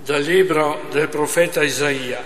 Dal libro del profeta Isaia.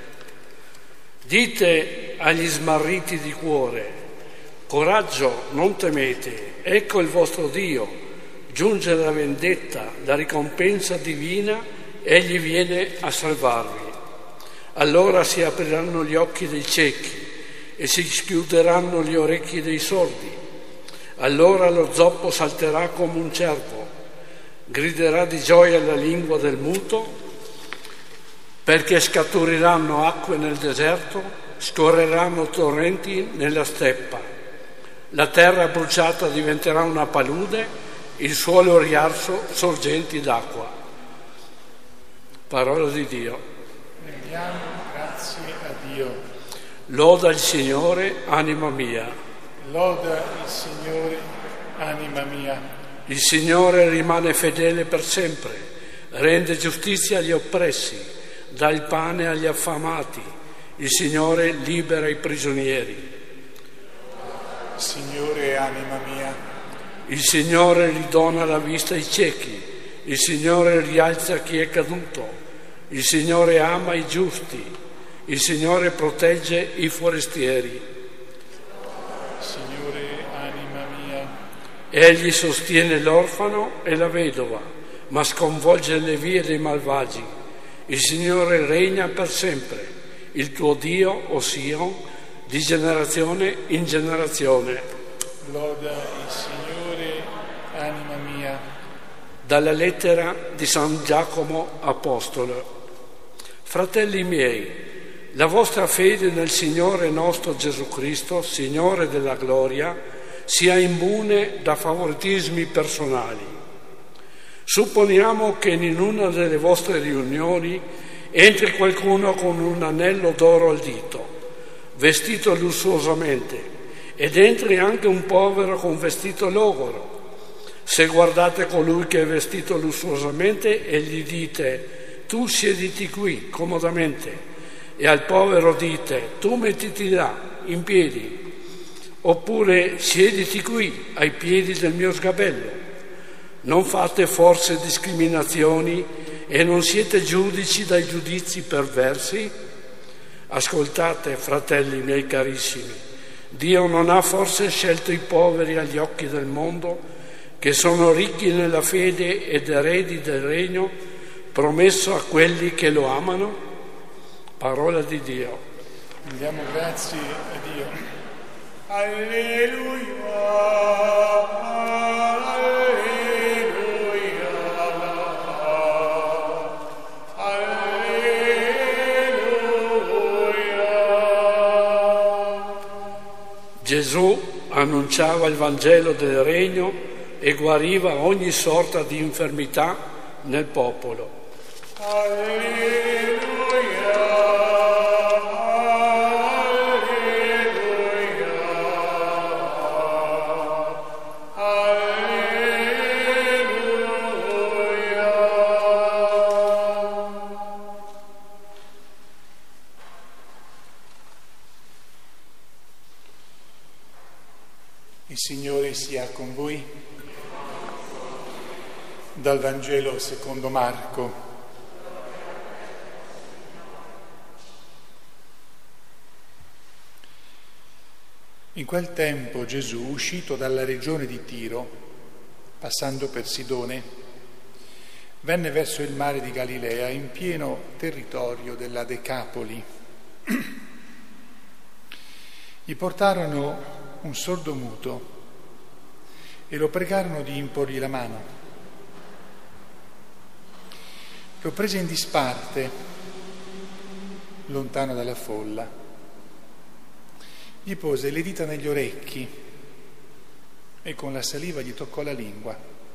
Dite agli smarriti di cuore: coraggio, non temete, ecco il vostro Dio, giunge la vendetta, la ricompensa divina, egli viene a salvarvi. Allora si apriranno gli occhi dei ciechi e si schiuderanno gli orecchi dei sordi. Allora lo zoppo salterà come un cervo, griderà di gioia la lingua del muto, perché scaturiranno acque nel deserto, scorreranno torrenti nella steppa. La terra bruciata diventerà una palude, il suolo riarso sorgenti d'acqua. Parola di Dio. Rendiamo grazie a Dio. Loda il Signore, anima mia. Loda il Signore, anima mia. Il Signore rimane fedele per sempre, rende giustizia agli oppressi, dà il pane agli affamati, il Signore libera i prigionieri. Signore, anima mia. Il Signore ridona la vista ai ciechi, il Signore rialza chi è caduto, il Signore ama i giusti, il Signore protegge i forestieri. Signore, anima mia. Egli sostiene l'orfano e la vedova, ma sconvolge le vie dei malvagi. Il Signore regna per sempre, il tuo Dio, o Sion, di generazione in generazione. Loda il Signore, anima mia. Dalla lettera di San Giacomo Apostolo. Fratelli miei, la vostra fede nel Signore nostro Gesù Cristo, Signore della gloria, sia immune da favoritismi personali. Supponiamo che in una delle vostre riunioni entri qualcuno con un anello d'oro al dito, vestito lussuosamente, ed entri anche un povero con vestito logoro. Se guardate colui che è vestito lussuosamente e gli dite: tu siediti qui comodamente, e al povero dite: tu mettiti là in piedi, oppure siediti qui ai piedi del mio sgabello. Non fate forse discriminazioni e non siete giudici dai giudizi perversi? Ascoltate, fratelli miei carissimi, Dio non ha forse scelto i poveri agli occhi del mondo, che sono ricchi nella fede ed eredi del regno, promesso a quelli che lo amano? Parola di Dio. Rendiamo grazie a Dio. Alleluia. Gesù annunciava il Vangelo del Regno e guariva ogni sorta di infermità nel popolo. Alleluia, alleluia, alleluia. Il Signore sia con voi. Dal Vangelo secondo Marco. In quel tempo Gesù, uscito dalla regione di Tiro, passando per Sidone, venne verso il mare di Galilea, in pieno territorio della Decapoli. Gli portarono un sordomuto e lo pregarono di imporgli la mano. Lo prese in disparte, lontano dalla folla. Gli pose le dita negli orecchi e con la saliva gli toccò la lingua.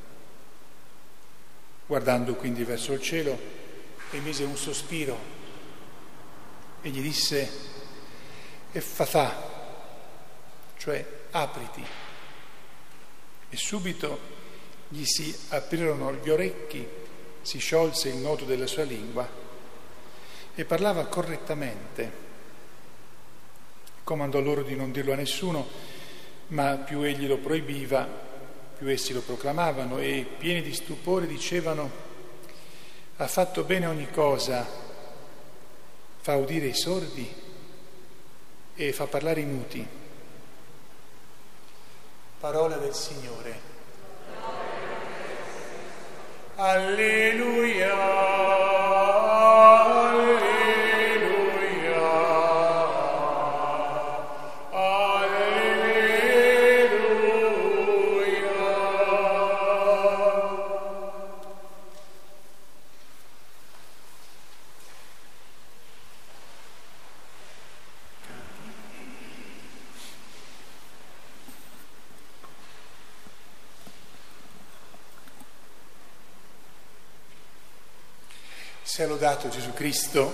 Guardando quindi verso il cielo, emise un sospiro e gli disse: Effatà, cioè apriti. E subito gli si aprirono gli orecchi, si sciolse il nodo della sua lingua e parlava correttamente. Comandò loro di non dirlo a nessuno, ma più egli lo proibiva, più essi lo proclamavano e, pieni di stupore, dicevano: ha fatto bene ogni cosa, fa udire i sordi e fa parlare i muti. Parola del Signore. Alleluia. Sia lodato Gesù Cristo.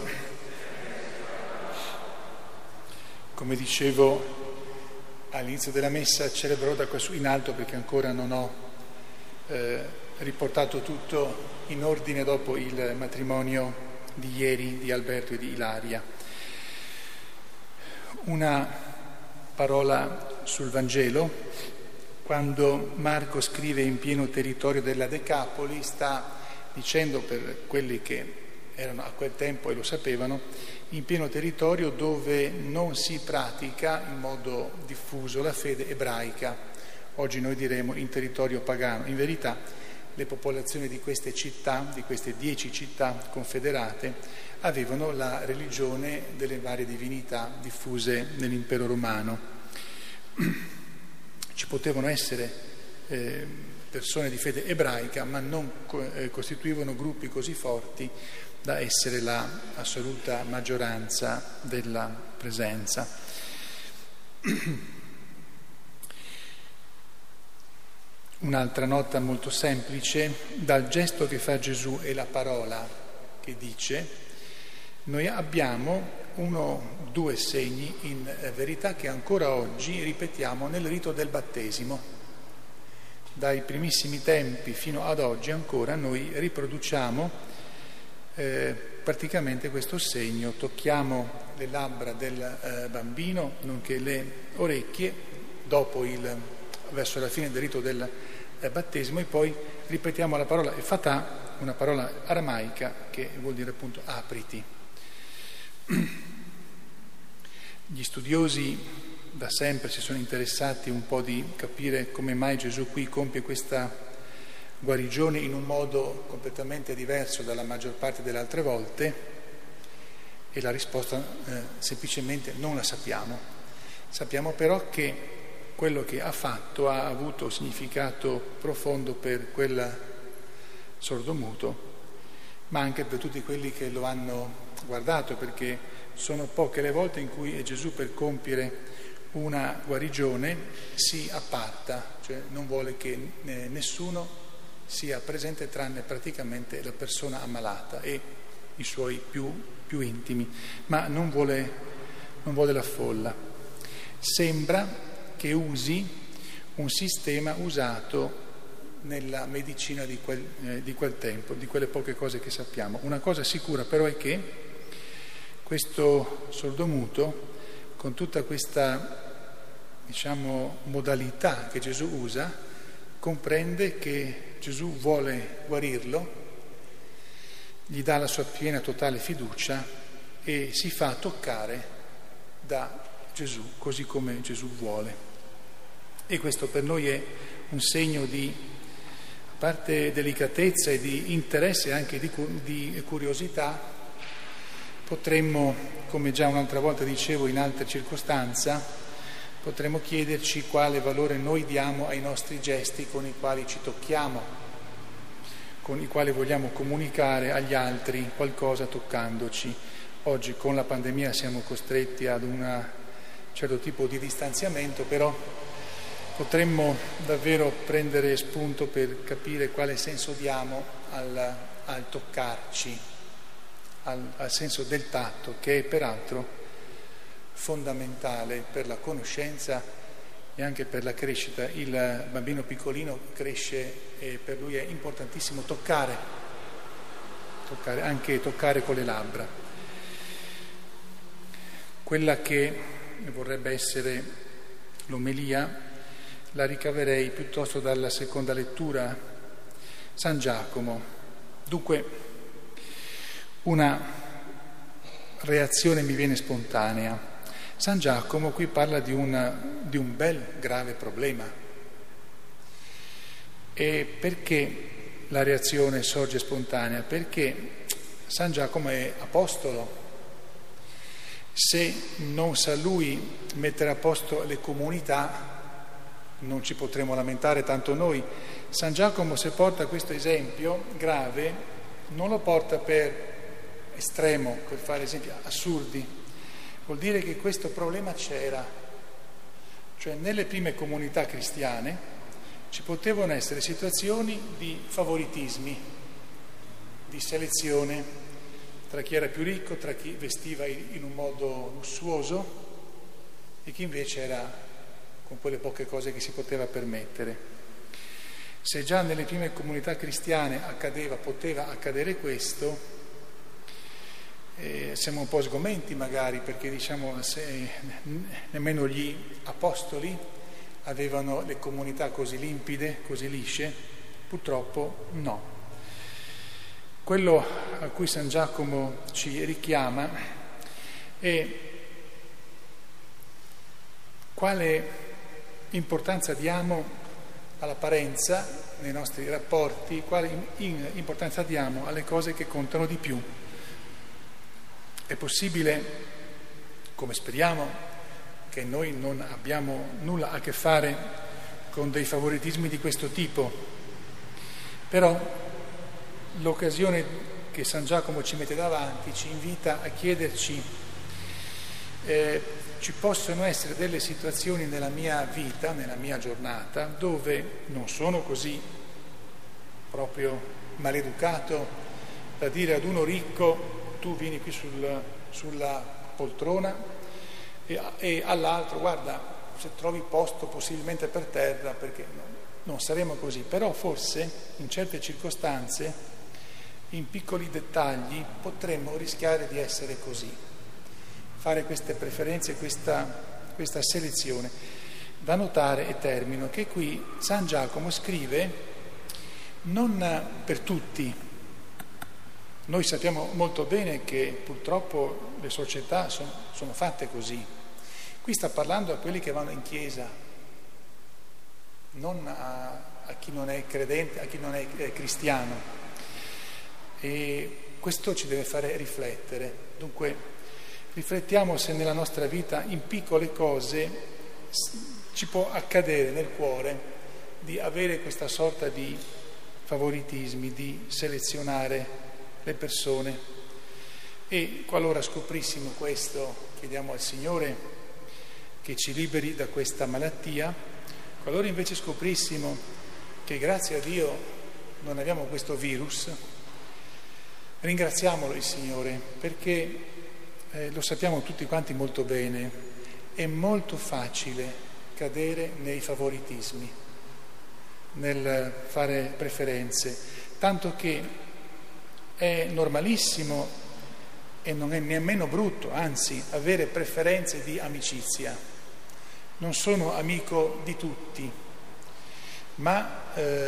Come dicevo all'inizio della messa, celebrerò da qua su in alto perché ancora non ho riportato tutto in ordine dopo il matrimonio di ieri di Alberto e di Ilaria. Una parola sul Vangelo. Quando Marco scrive in pieno territorio della Decapoli, sta dicendo, per quelli che erano a quel tempo e lo sapevano, in pieno territorio dove non si pratica in modo diffuso la fede ebraica, oggi noi diremo in territorio pagano. In verità le popolazioni di queste città, di queste 10 città confederate, avevano la religione delle varie divinità diffuse nell'impero romano. Ci potevano essere persone di fede ebraica, ma non costituivano gruppi così forti da essere la assoluta maggioranza della presenza. Un'altra nota molto semplice: dal gesto che fa Gesù e la parola che dice, noi abbiamo 2 segni in verità che ancora oggi ripetiamo nel rito del battesimo. Dai primissimi tempi fino ad oggi ancora noi riproduciamo praticamente questo segno, tocchiamo le labbra del bambino nonché le orecchie verso la fine del rito del battesimo, e poi ripetiamo la parola efatà, una parola aramaica che vuol dire appunto apriti. Gli studiosi da sempre si sono interessati un po' di capire come mai Gesù qui compie questa guarigione in un modo completamente diverso dalla maggior parte delle altre volte, e la risposta semplicemente non la sappiamo. Sappiamo però che quello che ha fatto ha avuto significato profondo per quel sordomuto, ma anche per tutti quelli che lo hanno guardato, perché sono poche le volte in cui Gesù, per compiere una guarigione, si apparta, cioè non vuole che nessuno sia presente tranne praticamente la persona ammalata e i suoi più intimi, ma non vuole la folla. Sembra che usi un sistema usato nella medicina di quel tempo, di quelle poche cose che sappiamo. Una cosa sicura però è che questo sordomuto, con tutta questa, modalità che Gesù usa, comprende che Gesù vuole guarirlo, gli dà la sua piena totale fiducia e si fa toccare da Gesù, così come Gesù vuole. E questo per noi è un segno di, a parte delicatezza e di interesse, anche di curiosità. Potremmo, come già un'altra volta dicevo in altre circostanze, potremmo chiederci quale valore noi diamo ai nostri gesti con i quali ci tocchiamo, con i quali vogliamo comunicare agli altri qualcosa toccandoci. Oggi con la pandemia siamo costretti ad un certo tipo di distanziamento, però potremmo davvero prendere spunto per capire quale senso diamo al toccarci, al senso del tatto, che è peraltro fondamentale per la conoscenza e anche per la crescita. Il bambino piccolino cresce e per lui è importantissimo toccare, anche toccare con le labbra. Quella che vorrebbe essere l'omelia la ricaverei piuttosto dalla seconda lettura, San Giacomo. Dunque, Una reazione mi viene spontanea. San Giacomo qui parla di un bel grave problema. E perché la reazione sorge spontanea? Perché San Giacomo è apostolo. Se non sa lui mettere a posto le comunità, non ci potremo lamentare tanto noi. San Giacomo, se porta questo esempio grave, non lo porta per estremo, per fare esempi assurdi. Vuol dire che questo problema c'era. Cioè nelle prime comunità cristiane ci potevano essere situazioni di favoritismi, di selezione tra chi era più ricco, tra chi vestiva in un modo lussuoso e chi invece era con quelle poche cose che si poteva permettere. Se già nelle prime comunità cristiane poteva accadere questo, siamo un po' sgomenti magari, perché diciamo se nemmeno gli apostoli avevano le comunità così limpide, così lisce, purtroppo no. Quello a cui San Giacomo ci richiama è quale importanza diamo all'apparenza nei nostri rapporti, quale importanza diamo alle cose che contano di più. È possibile, come speriamo, che noi non abbiamo nulla a che fare con dei favoritismi di questo tipo, però l'occasione che San Giacomo ci mette davanti ci invita a chiederci: ci possono essere delle situazioni nella mia vita, nella mia giornata, dove non sono così proprio maleducato da dire ad uno ricco: tu vieni qui sulla poltrona, e all'altro: guarda, se trovi posto possibilmente per terra, perché non saremo così. Però forse in certe circostanze, in piccoli dettagli, potremmo rischiare di essere così, fare queste preferenze, questa selezione. Da notare, e termino, che qui San Giacomo scrive non per tutti. Noi sappiamo molto bene che purtroppo le società sono fatte così. Qui sta parlando a quelli che vanno in chiesa, non a chi non è credente, a chi non è cristiano. E questo ci deve fare riflettere. Dunque, riflettiamo se nella nostra vita, in piccole cose, ci può accadere nel cuore di avere questa sorta di favoritismi, di selezionare le persone. E qualora scoprissimo questo, chiediamo al Signore che ci liberi da questa malattia. Qualora invece scoprissimo che grazie a Dio non abbiamo questo virus, ringraziamolo il Signore, perché lo sappiamo tutti quanti molto bene, è molto facile cadere nei favoritismi, nel fare preferenze, tanto che è normalissimo e non è nemmeno brutto, anzi, avere preferenze di amicizia. Non sono amico di tutti, ma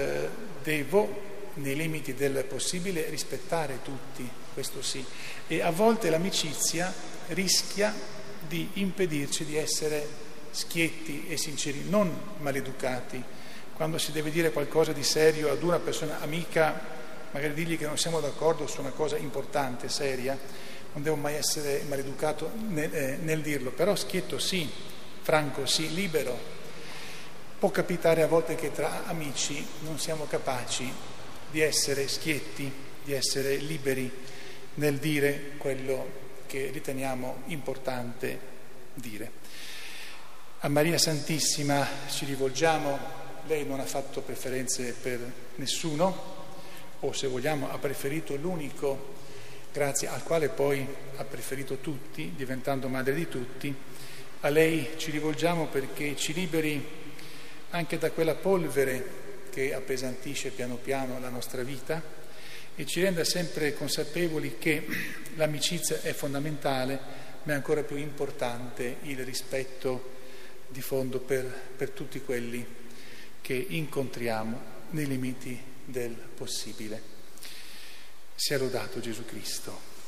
devo, nei limiti del possibile, rispettare tutti, questo sì. E a volte l'amicizia rischia di impedirci di essere schietti e sinceri, non maleducati. Quando si deve dire qualcosa di serio ad una persona amica, magari dirgli che non siamo d'accordo su una cosa importante, seria, non devo mai essere maleducato nel dirlo, però schietto sì, franco sì, libero. Può capitare a volte che tra amici non siamo capaci di essere schietti, di essere liberi nel dire quello che riteniamo importante dire. A Maria Santissima ci rivolgiamo. Lei non ha fatto preferenze per nessuno, o se vogliamo ha preferito l'unico grazie al quale poi ha preferito tutti, diventando madre di tutti. A lei ci rivolgiamo perché ci liberi anche da quella polvere che appesantisce piano piano la nostra vita e ci renda sempre consapevoli che l'amicizia è fondamentale, ma è ancora più importante il rispetto di fondo per tutti quelli che incontriamo nei limiti del possibile. Sia lodato Gesù Cristo.